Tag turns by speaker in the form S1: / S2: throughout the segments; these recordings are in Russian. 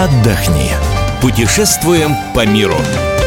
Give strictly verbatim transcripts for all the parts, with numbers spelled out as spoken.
S1: отдохни. Путешествуем по миру.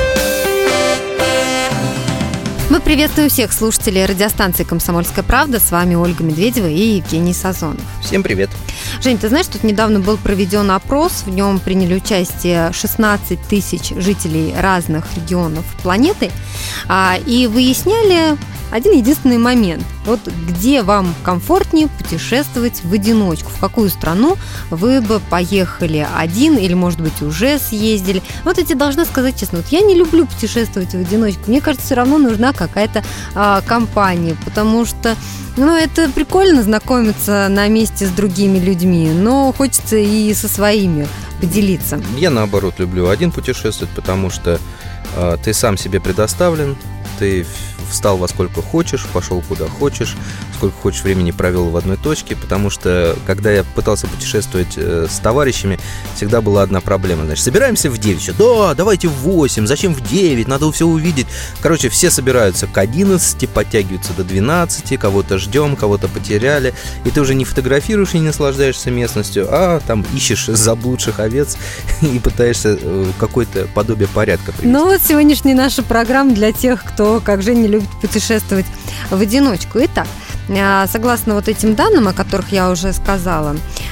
S2: Мы приветствуем всех слушателей радиостанции «Комсомольская правда». С вами Ольга Медведева и Евгений Сазонов.
S3: Всем привет.
S2: Жень, ты знаешь, тут недавно был проведен опрос. В нем приняли участие шестнадцать тысяч жителей разных регионов планеты. И выясняли один единственный момент. Вот где вам комфортнее путешествовать в одиночку? В какую страну вы бы поехали один или, может быть, уже съездили? Вот я тебе должна сказать честно, вот я не люблю путешествовать в одиночку. Мне кажется, все равно нужна какая-то а, компания, потому что, ну, это прикольно знакомиться на месте с другими людьми, но хочется и со своими поделиться.
S3: Я, наоборот, люблю один путешествовать, потому что э, ты сам себе предоставлен, ты встал во сколько хочешь, пошел куда хочешь, сколько хочешь времени провел в одной точке, потому что, когда я пытался путешествовать э, с товарищами, всегда была одна проблема. Значит, собираемся в девять, да, давайте в восемь, зачем в девять, надо все увидеть. Короче, все собираются к одиннадцати, подтягиваются до двенадцати, кого-то ждем, кого-то потеряли, и ты уже не фотографируешь и не наслаждаешься местностью, а там ищешь заблудших овец и пытаешься э, какое-то подобие порядка привести.
S2: Ну вот сегодняшняя наша программа для тех, кто, как Женя, любит путешествовать в одиночку. Итак, согласно вот этим данным, о которых я уже сказала,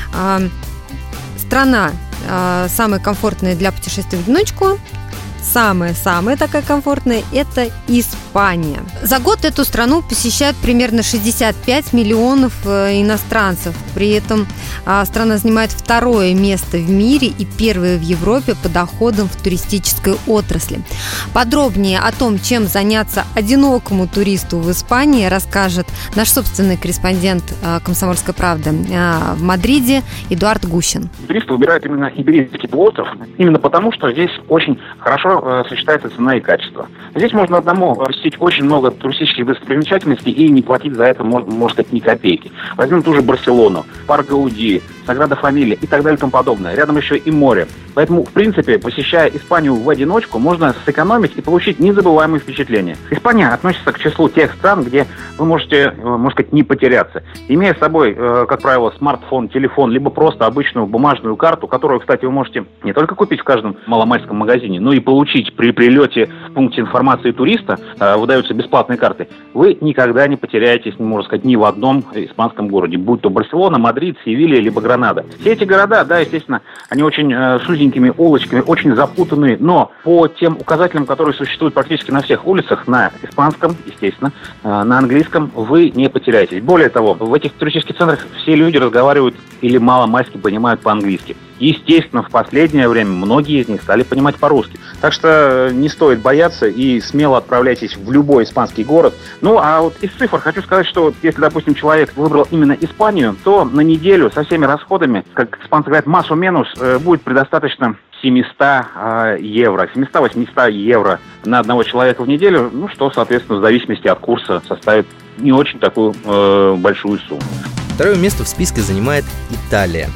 S2: страна самая комфортная для путешествия в одиночку, самая-самая такая комфортная – это Испания. За год эту страну посещают примерно шестьдесят пять миллионов иностранцев. При этом страна занимает второе место в мире и первое в Европе по доходам в туристической отрасли. Подробнее о том, чем заняться одинокому туристу в Испании, расскажет наш собственный корреспондент «Комсомольской правды» в Мадриде Эдуард Гущин.
S4: Туристы выбирают именно Иберийский полуостров, именно потому, что здесь очень хорошо сочетается цена и качество. Здесь можно одному посетить очень много туристических достопримечательностей и не платить за это, можно сказать, ни копейки. Возьмем ту же Барселону, парк Гауди, Саграда Фамилия и так далее и тому подобное. Рядом еще и море. Поэтому, в принципе, посещая Испанию в одиночку, можно сэкономить и получить незабываемые впечатления. Испания относится к числу тех стран, где вы можете, можно сказать, не потеряться. Имея с собой, как правило, смартфон, телефон, либо просто обычную бумажную карту, которую, кстати, вы можете не только купить в каждом маломальском магазине, но и получить при прилете в пункте информации туриста, выдаются бесплатные карты, вы никогда не потеряетесь, можно сказать, ни в одном испанском городе, будь то Барселона, Мадрид, Севилья, либо Гранада. Все эти города, да, естественно, они очень э, с узенькими улочками, очень запутанные, но по тем указателям, которые существуют практически на всех улицах, на испанском, естественно, э, на английском, вы не потеряетесь. Более того, в этих туристических центрах все люди разговаривают или мало-мальски понимают по-английски. Естественно, в последнее время многие из них стали понимать по-русски. Так что не стоит бояться и смело отправляйтесь в любой испанский город. Ну, а вот из цифр хочу сказать, что если, допустим, человек выбрал именно Испанию, то на неделю со всеми расходами, как испанцы говорят, массу-менус, будет предостаточно семьсот евро, семьсот-восемьсот евро на одного человека в неделю, ну, что, соответственно, в зависимости от курса составит не очень такую э, большую сумму.
S3: Второе место в списке занимает Италия.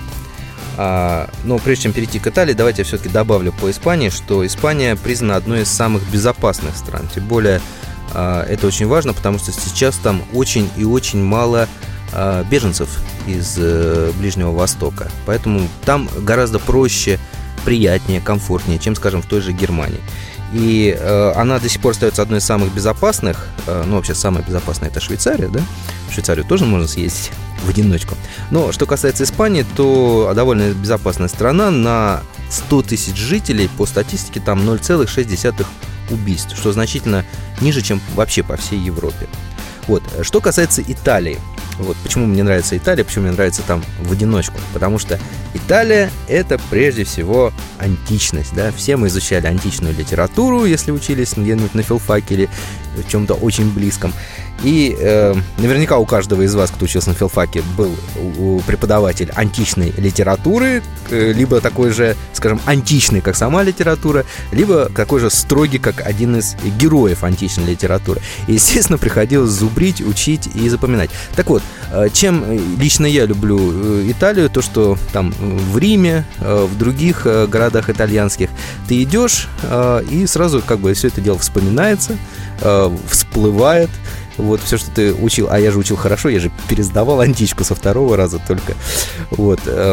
S3: А, но прежде чем перейти к Италии, давайте я все-таки добавлю по Испании, что Испания признана одной из самых безопасных стран. Тем более а, это очень важно, потому что сейчас там очень и очень мало а, беженцев из а, Ближнего Востока. Поэтому там гораздо проще, приятнее, комфортнее, чем, скажем, в той же Германии. И э, она до сих пор остается одной из самых безопасных. э, Ну, вообще, самая безопасная – это Швейцария, да? В Швейцарию тоже можно съездить в одиночку. Но что касается Испании, то довольно безопасная страна. На сто тысяч жителей, по статистике, там ноль целых шесть десятых убийств, что значительно ниже, чем вообще по всей Европе. Вот. Что касается Италии. Вот почему мне нравится Италия, почему мне нравится там в одиночку. Потому что Италия – это прежде всего античность, да? Все мы изучали античную литературу, если учились где-нибудь на филфаке или в чем-то очень близком. И э, наверняка у каждого из вас, кто учился на филфаке, был у, преподаватель античной литературы, э, либо такой же, скажем, античный, как сама литература, либо такой же строгий, как один из героев античной литературы. И, естественно, приходилось зубрить, учить и запоминать. Так вот, э, чем лично я люблю Италию, то, что там в Риме, э, в других э, городах итальянских ты идешь, э, и сразу как бы все это дело вспоминается, э, всплывает. Вот, все, что ты учил, а я же учил хорошо, я же пересдавал античку со второго раза только. Вот.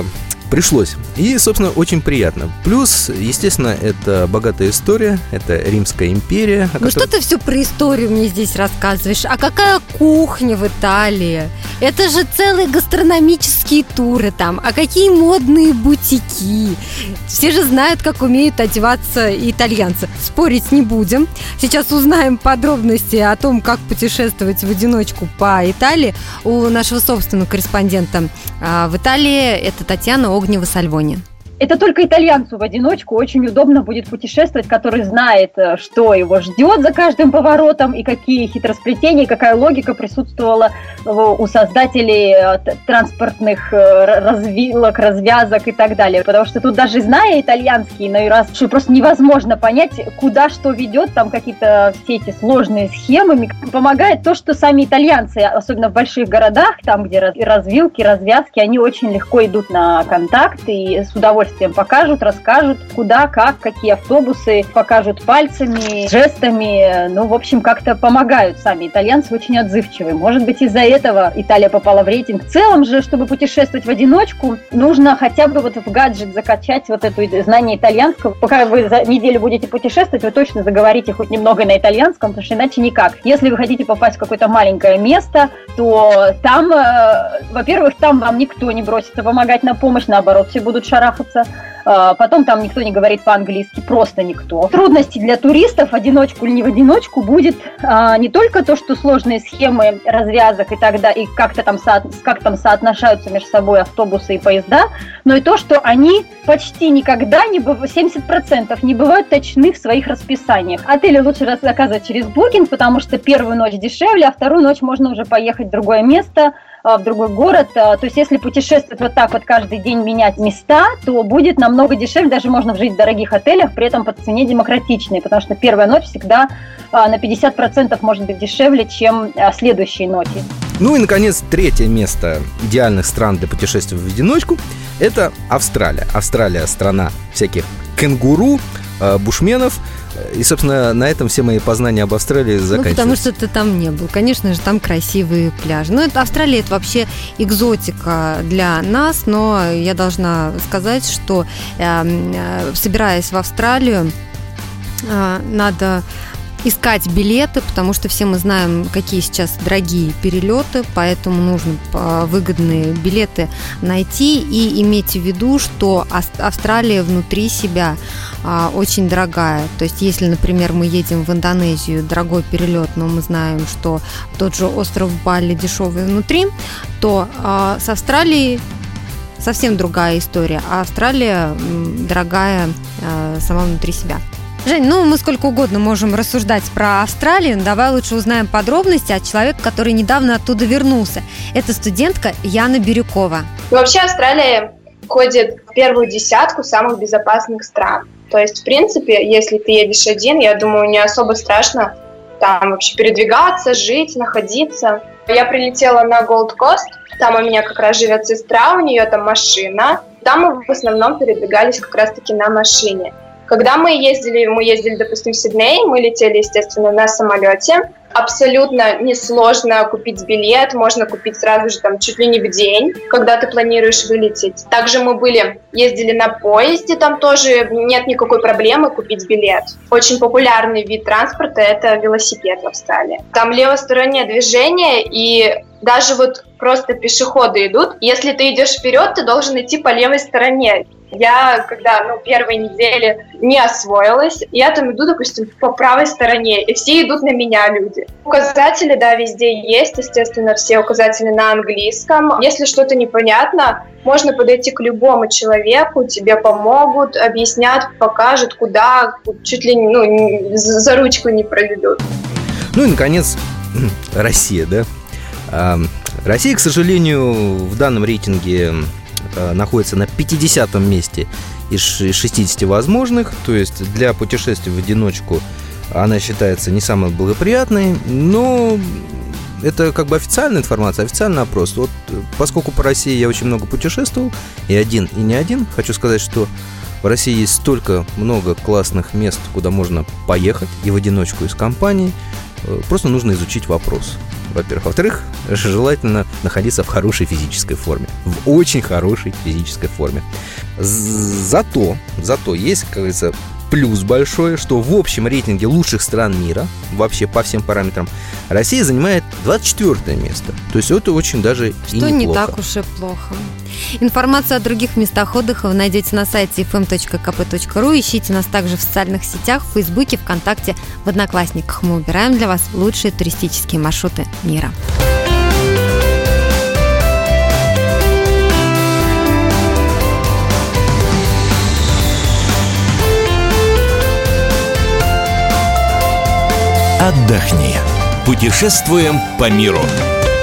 S3: пришлось. И, собственно, очень приятно. Плюс, естественно, это богатая история, это Римская империя.
S2: Ну которой... что ты все про историю мне здесь рассказываешь? А какая кухня в Италии? Это же целые гастрономические туры там. А какие модные бутики? Все же знают, как умеют одеваться итальянцы. Спорить не будем. Сейчас узнаем подробности о том, как путешествовать в одиночку по Италии у нашего собственного корреспондента в Италии. Это Татьяна Огнева-Сальвони.
S5: Это только итальянцу в одиночку очень удобно будет путешествовать, который знает, что его ждет за каждым поворотом и какие хитросплетения, какая логика присутствовала у создателей транспортных развилок, развязок и так далее. Потому что тут даже зная итальянский, ну и раз просто невозможно понять, куда что ведет, там какие-то все эти сложные схемы. Помогает то, что сами итальянцы, особенно в больших городах, там, где развилки, развязки, они очень легко идут на контакт и с удовольствием покажут, расскажут, куда, как, какие автобусы, покажут пальцами, жестами. Ну, в общем, как-то помогают сами. Итальянцы очень отзывчивые. Может быть, из-за этого Италия попала в рейтинг. В целом же, чтобы путешествовать в одиночку, нужно хотя бы вот в гаджет закачать вот это знание итальянского. Пока вы за неделю будете путешествовать, вы точно заговорите хоть немного на итальянском, потому что иначе никак. Если вы хотите попасть в какое-то маленькое место, то там, э, во-первых, там вам никто не бросится помогать на помощь, наоборот, все будут шарахаться. Потом там никто не говорит по-английски, просто никто. Трудности для туристов, в одиночку или не в одиночку, будет а, не только то, что сложные схемы развязок и тогда и как-то там, со, как там соотношаются между собой автобусы и поезда, но и то, что они почти никогда, не быв... семьдесят процентов не бывают точны в своих расписаниях. Отели лучше заказывать через Booking, потому что первую ночь дешевле, а вторую ночь можно уже поехать в другое место, в другой город. То есть если путешествовать вот так вот каждый день, менять места, то будет намного дешевле, даже можно жить в дорогих отелях, при этом по цене демократичной, потому что первая ночь всегда на пятьдесят процентов может быть дешевле, чем следующие ночи.
S3: Ну и, наконец, третье место идеальных стран для путешествия в одиночку – это Австралия. Австралия – страна всяких кенгуру, бушменов. И, собственно, на этом все мои познания об Австралии заканчиваются.
S2: Ну, потому что ты там не был. Конечно же, там красивые пляжи. Ну, это, Австралия – это вообще экзотика для нас, но я должна сказать, что, э, собираясь в Австралию, э, надо искать билеты, потому что все мы знаем, какие сейчас дорогие перелеты, поэтому нужно выгодные билеты найти и иметь в виду, что Австралия внутри себя очень дорогая. То есть, если, например, мы едем в Индонезию, дорогой перелет, но мы знаем, что тот же остров Бали дешевый внутри, то с Австралией совсем другая история, а Австралия дорогая сама внутри себя. Жень, ну мы сколько угодно можем рассуждать про Австралию, давай лучше узнаем подробности от человека, который недавно оттуда вернулся. Это студентка Яна Бирюкова.
S6: Вообще Австралия входит в первую десятку самых безопасных стран. То есть, в принципе, если ты едешь один, я думаю, не особо страшно там вообще передвигаться, жить, находиться. Я прилетела на Gold Coast, там у меня как раз живет сестра, у нее там машина. Там мы в основном передвигались как раз-таки на машине. Когда мы ездили, мы ездили, допустим, в Сидней, мы летели, естественно, на самолете. Абсолютно несложно купить билет, можно купить сразу же там чуть ли не в день, когда ты планируешь вылететь. Также мы были, ездили на поезде, там тоже нет никакой проблемы купить билет. Очень популярный вид транспорта – это велосипед в Австралии. Там левостороннее движение, и даже вот просто пешеходы идут. Если ты идешь вперед, ты должен идти по левой стороне. Я, когда, ну, первые недели не освоилась, я там иду, допустим, по правой стороне, и все идут на меня, люди. Указатели, да, везде есть, естественно, все указатели на английском. Если что-то непонятно, можно подойти к любому человеку, тебе помогут, объяснят, покажут, куда, чуть ли, ну, за ручку не проведут.
S3: Ну и, наконец, Россия, да? Россия, к сожалению, в данном рейтинге находится на пятидесятом месте из шестидесяти возможных, то есть для путешествий в одиночку она считается не самой благоприятной, но это как бы официальная информация, официальный опрос. Вот, поскольку по России я очень много путешествовал, и один, и не один, хочу сказать, что в России есть столько много классных мест, куда можно поехать и в одиночку, и с компанией. Просто нужно изучить вопрос. во-первых. Во-вторых, желательно находиться в хорошей физической форме. В очень хорошей физической форме. Зато, зато есть, как говорится, плюс большой, что в общем рейтинге лучших стран мира, вообще по всем параметрам, Россия занимает двадцать четвёртое место. То есть это очень даже
S2: что
S3: и неплохо.
S2: Не так уж и плохо. Информацию о других местах отдыха вы найдете на сайте эф эм точка ка пэ точка ру. Ищите нас также в социальных сетях, в Фейсбуке, ВКонтакте, в Одноклассниках. Мы выбираем для вас лучшие туристические маршруты мира.
S1: Отдохни. Путешествуем по миру.